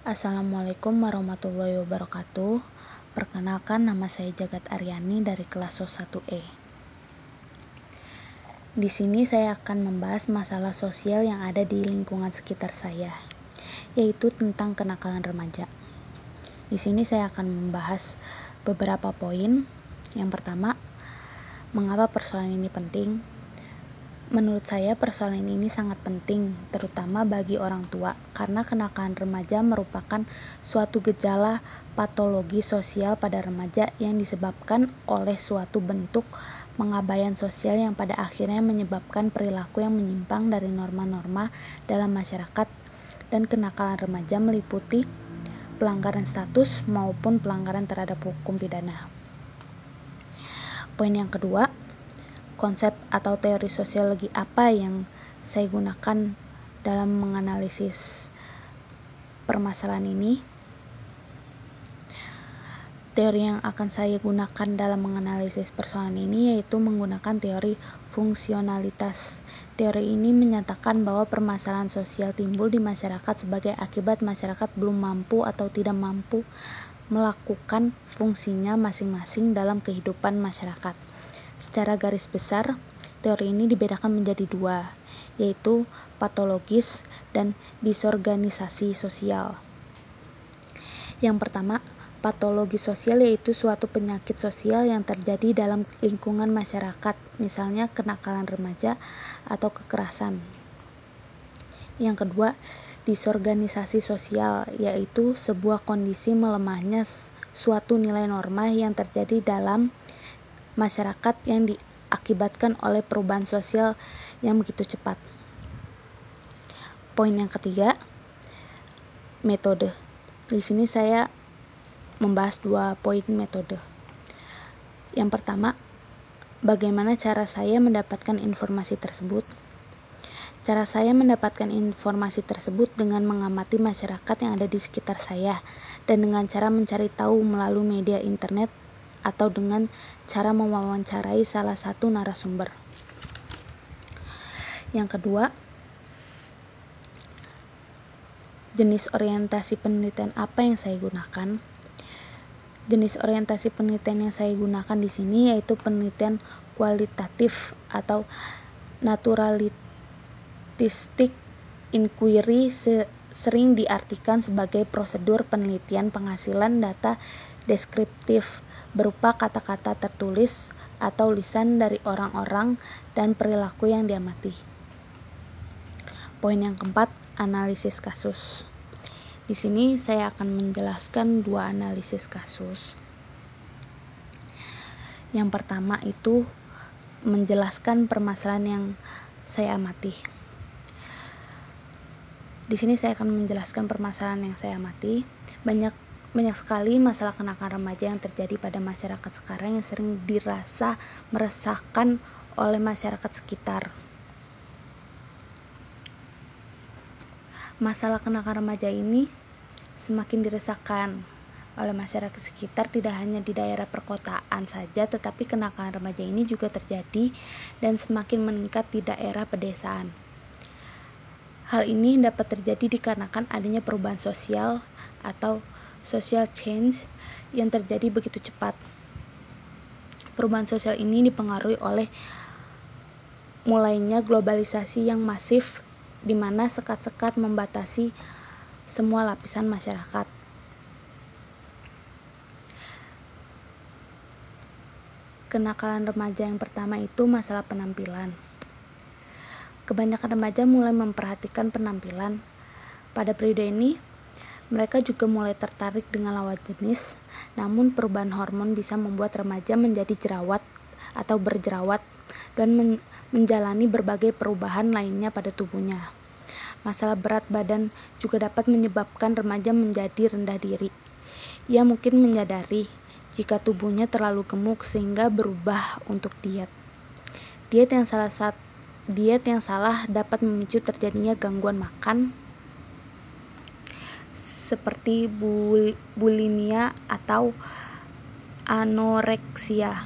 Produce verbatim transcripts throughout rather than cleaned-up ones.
Assalamualaikum warahmatullahi wabarakatuh. Perkenalkan, nama saya Jagat Aryani dari kelas O satu E. Di sini saya akan membahas masalah sosial yang ada di lingkungan sekitar saya, yaitu tentang kenakalan remaja. Di sini saya akan membahas beberapa poin. Yang pertama, mengapa persoalan ini penting? Menurut saya persoalan ini sangat penting, terutama bagi orang tua, karena kenakalan remaja merupakan suatu gejala patologi sosial pada remaja yang disebabkan oleh suatu bentuk pengabaian sosial yang pada akhirnya menyebabkan perilaku yang menyimpang dari norma-norma dalam masyarakat, dan kenakalan remaja meliputi pelanggaran status maupun pelanggaran terhadap hukum pidana. Poin yang kedua, konsep atau teori sosiologi apa yang saya gunakan dalam menganalisis permasalahan ini? Teori yang akan saya gunakan dalam menganalisis persoalan ini yaitu menggunakan teori fungsionalitas. Teori ini menyatakan bahwa permasalahan sosial timbul di masyarakat sebagai akibat masyarakat belum mampu atau tidak mampu melakukan fungsinya masing-masing dalam kehidupan masyarakat. Secara garis besar, teori ini dibedakan menjadi dua, yaitu patologis dan disorganisasi sosial. Yang pertama, patologi sosial yaitu suatu penyakit sosial yang terjadi dalam lingkungan masyarakat, misalnya kenakalan remaja atau kekerasan. Yang kedua, disorganisasi sosial yaitu sebuah kondisi melemahnya suatu nilai norma yang terjadi dalam masyarakat yang diakibatkan oleh perubahan sosial yang begitu cepat. Poin yang ketiga, metode. Di sini saya membahas dua poin metode. Yang pertama, bagaimana cara saya mendapatkan informasi tersebut? Cara saya mendapatkan informasi tersebut dengan mengamati masyarakat yang ada di sekitar saya dan dengan cara mencari tahu melalui media internet atau dengan cara mewawancarai salah satu narasumber. Yang kedua, jenis orientasi penelitian apa yang saya gunakan? Jenis orientasi penelitian yang saya gunakan di sini yaitu penelitian kualitatif atau naturalistic inquiry, se- sering diartikan sebagai prosedur penelitian penghasilan data deskriptif berupa kata-kata tertulis atau lisan dari orang-orang dan perilaku yang diamati. Poin yang keempat, analisis kasus. Di sini saya akan menjelaskan dua analisis kasus. Yang pertama itu menjelaskan permasalahan yang saya amati. Di sini saya akan menjelaskan permasalahan yang saya amati. Banyak Banyak sekali masalah kenakalan remaja yang terjadi pada masyarakat sekarang yang sering dirasa meresahkan oleh masyarakat sekitar. Masalah kenakalan remaja ini semakin diresahkan oleh masyarakat sekitar, tidak hanya di daerah perkotaan saja, tetapi kenakalan remaja ini juga terjadi dan semakin meningkat di daerah pedesaan. Hal ini dapat terjadi dikarenakan adanya perubahan sosial atau social change yang terjadi begitu cepat. Perubahan sosial ini dipengaruhi oleh mulainya globalisasi yang masif, di mana sekat-sekat membatasi semua lapisan masyarakat. Kenakalan remaja yang pertama itu masalah penampilan. Kebanyakan remaja mulai memperhatikan penampilan. Pada periode ini, mereka juga mulai tertarik dengan lawan jenis, namun perubahan hormon bisa membuat remaja menjadi jerawat atau berjerawat dan men- menjalani berbagai perubahan lainnya pada tubuhnya. Masalah berat badan juga dapat menyebabkan remaja menjadi rendah diri. Ia mungkin menyadari jika tubuhnya terlalu gemuk sehingga berubah untuk diet. Diet yang salah sat- diet yang salah dapat memicu terjadinya gangguan makan seperti bul- bulimia atau anoreksia.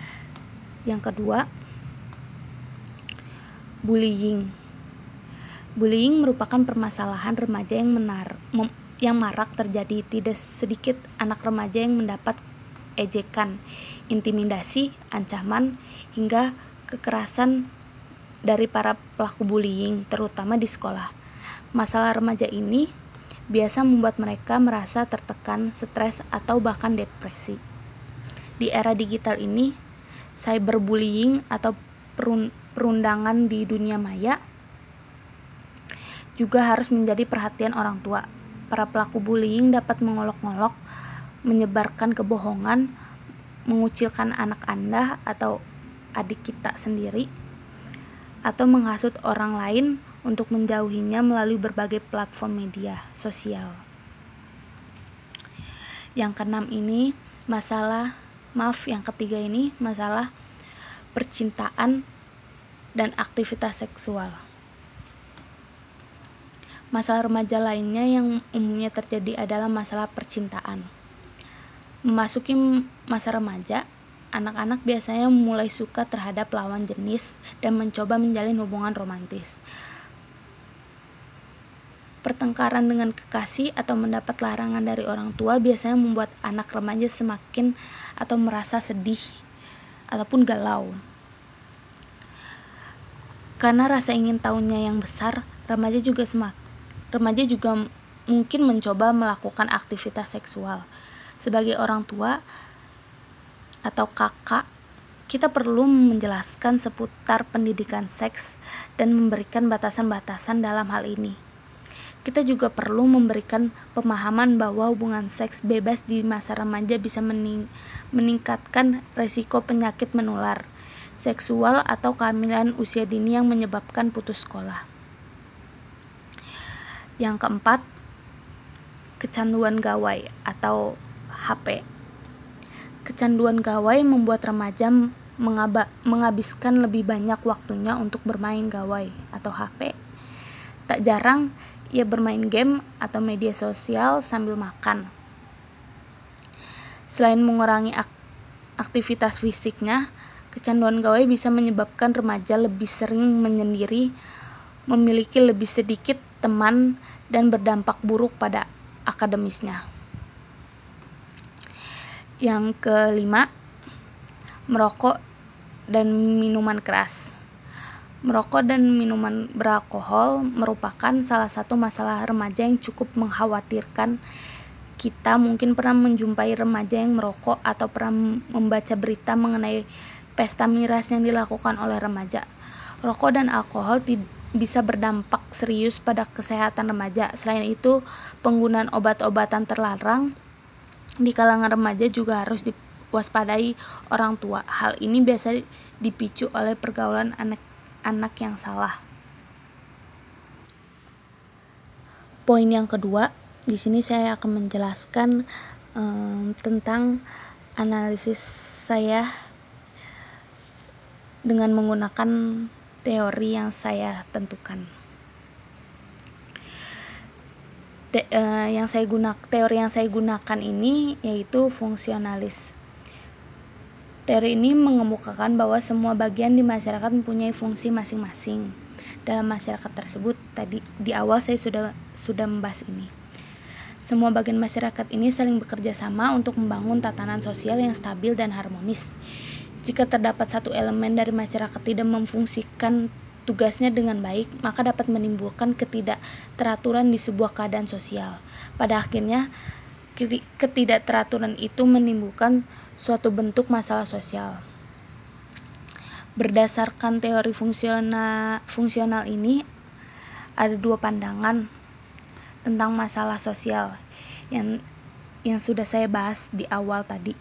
Yang kedua, bullying. Bullying merupakan permasalahan remaja yang menar, mem, yang marak terjadi. Tidak sedikit anak remaja yang mendapat ejekan, intimidasi, ancaman, hingga kekerasan dari para pelaku bullying, terutama di sekolah. Masalah remaja ini biasa membuat mereka merasa tertekan, stres, atau bahkan depresi. Di era digital ini, cyberbullying atau perundangan di dunia maya juga harus menjadi perhatian orang tua. Para pelaku bullying dapat mengolok-olok, menyebarkan kebohongan, mengucilkan anak Anda atau adik kita sendiri, atau menghasut orang lain untuk menjauhinya melalui berbagai platform media sosial. Yang keenam ini masalah, maaf yang ketiga ini masalah percintaan dan aktivitas seksual. Masalah remaja lainnya yang umumnya terjadi adalah masalah percintaan. Memasuki masa remaja, anak-anak biasanya mulai suka terhadap lawan jenis dan mencoba menjalin hubungan romantis. Pertengkaran dengan kekasih atau mendapat larangan dari orang tua biasanya membuat anak remaja semakin atau merasa sedih ataupun galau. Karena rasa ingin tahunya yang besar, remaja juga semak, remaja juga mungkin mencoba melakukan aktivitas seksual. Sebagai orang tua atau kakak, kita perlu menjelaskan seputar pendidikan seks dan memberikan batasan-batasan dalam hal ini. Kita juga perlu memberikan pemahaman bahwa hubungan seks bebas di masa remaja bisa mening- meningkatkan risiko penyakit menular, seksual atau kehamilan usia dini yang menyebabkan putus sekolah. Yang keempat, kecanduan gawai atau H P. Kecanduan gawai membuat remaja mengaba, menghabiskan lebih banyak waktunya untuk bermain gawai atau H P. Tak jarang ia bermain game atau media sosial sambil makan. Selain mengurangi ak- aktivitas fisiknya, kecanduan gawai bisa menyebabkan remaja lebih sering menyendiri, memiliki lebih sedikit teman, dan berdampak buruk pada akademisnya. Yang kelima, merokok dan minuman keras. Merokok dan minuman beralkohol merupakan salah satu masalah remaja yang cukup mengkhawatirkan. Kita mungkin pernah menjumpai remaja yang merokok atau pernah membaca berita mengenai pesta miras yang dilakukan oleh remaja. Rokok dan alkohol t- bisa berdampak serius pada kesehatan remaja. Selain itu, penggunaan obat-obatan terlarang di kalangan remaja juga harus diwaspadai orang tua. Hal ini biasa dipicu oleh pergaulan anak-anak yang salah. Poin yang kedua, di sini saya akan menjelaskan um, tentang analisis saya dengan menggunakan teori yang saya tentukan. Te, uh, yang saya gunak, teori yang saya gunakan ini yaitu fungsionalis. Teori ini mengemukakan bahwa semua bagian di masyarakat mempunyai fungsi masing-masing. Dalam masyarakat tersebut, tadi di awal saya sudah sudah membahas ini. Semua bagian masyarakat ini saling bekerja sama untuk membangun tatanan sosial yang stabil dan harmonis. Jika terdapat satu elemen dari masyarakat tidak memfungsikan tugasnya dengan baik, maka dapat menimbulkan ketidakteraturan di sebuah keadaan sosial. Pada akhirnya, ketidakteraturan itu menimbulkan suatu bentuk masalah sosial. Berdasarkan teori fungsional, fungsional ini, ada dua pandangan tentang masalah sosial yang yang sudah saya bahas di awal tadi.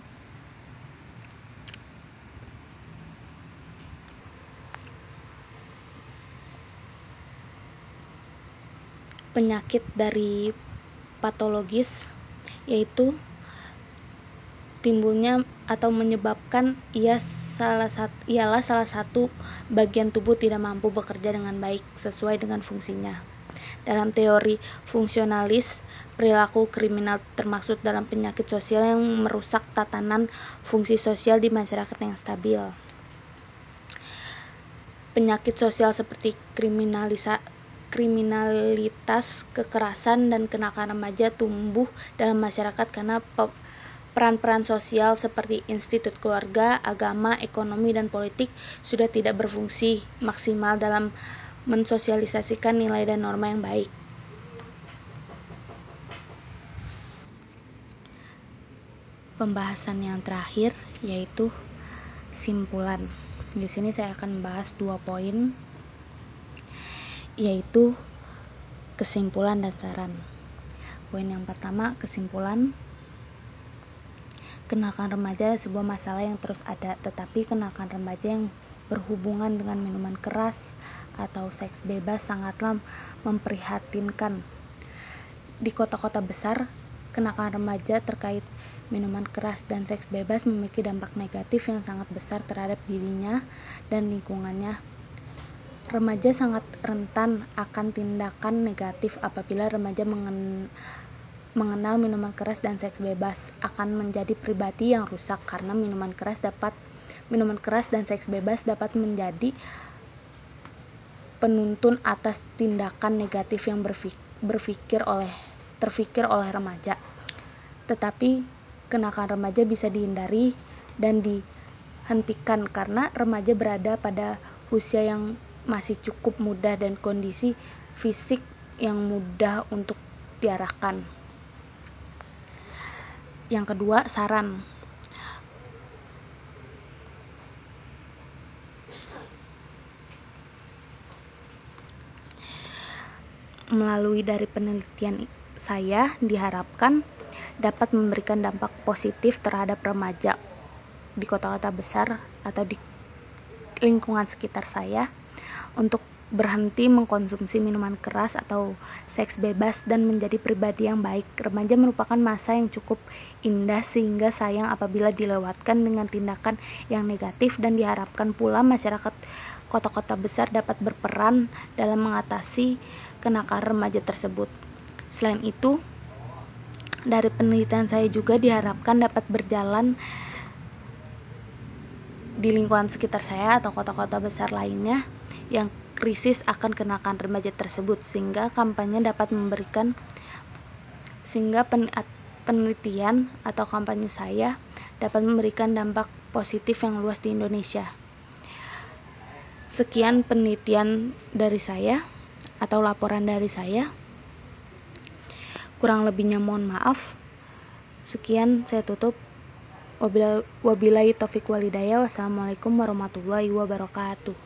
Penyakit dari patologis yaitu timbulnya atau menyebabkan ia salah satu ialah salah satu bagian tubuh tidak mampu bekerja dengan baik sesuai dengan fungsinya. Dalam teori fungsionalis, perilaku kriminal termasuk dalam penyakit sosial yang merusak tatanan fungsi sosial di masyarakat yang stabil. Penyakit sosial seperti kriminalisa kriminalitas, kekerasan, dan kenakalan remaja tumbuh dalam masyarakat karena peran-peran sosial seperti institut keluarga, agama, ekonomi, dan politik sudah tidak berfungsi maksimal dalam mensosialisasikan nilai dan norma yang baik. Pembahasan yang terakhir yaitu simpulan. Di sini saya akan membahas dua poin, yaitu kesimpulan dan saran. Poin yang pertama, kesimpulan. Kenakalan remaja adalah sebuah masalah yang terus ada, tetapi kenakalan remaja yang berhubungan dengan minuman keras atau seks bebas sangatlah memprihatinkan. Di kota-kota besar, kenakalan remaja terkait minuman keras dan seks bebas memiliki dampak negatif yang sangat besar terhadap dirinya dan lingkungannya. Remaja sangat rentan akan tindakan negatif apabila remaja mengen- mengenal minuman keras dan seks bebas, akan menjadi pribadi yang rusak karena minuman keras dapat minuman keras dan seks bebas dapat menjadi penuntun atas tindakan negatif yang berfik- berfikir oleh terfikir oleh remaja. Tetapi kenakalan remaja bisa dihindari dan dihentikan karena remaja berada pada usia yang masih cukup muda dan kondisi fisik yang mudah untuk diarahkan. Yang kedua, saran. Melalui dari penelitian saya diharapkan dapat memberikan dampak positif terhadap remaja di kota-kota besar atau di lingkungan sekitar saya untuk berhenti mengkonsumsi minuman keras atau seks bebas dan menjadi pribadi yang baik. Remaja merupakan masa yang cukup indah sehingga sayang apabila dilewatkan dengan tindakan yang negatif, dan diharapkan pula masyarakat kota-kota besar dapat berperan dalam mengatasi kenakalan remaja tersebut. Selain itu, dari penelitian saya juga diharapkan dapat berjalan di lingkungan sekitar saya atau kota-kota besar lainnya yang krisis akan kenakalan remaja tersebut, sehingga kampanye dapat memberikan sehingga penelitian atau kampanye saya dapat memberikan dampak positif yang luas di Indonesia. Sekian penelitian dari saya atau laporan dari saya. Kurang lebihnya mohon maaf. Sekian, saya tutup. Wabillahi taufiq walhidayah. Wassalamualaikum warahmatullahi wabarakatuh.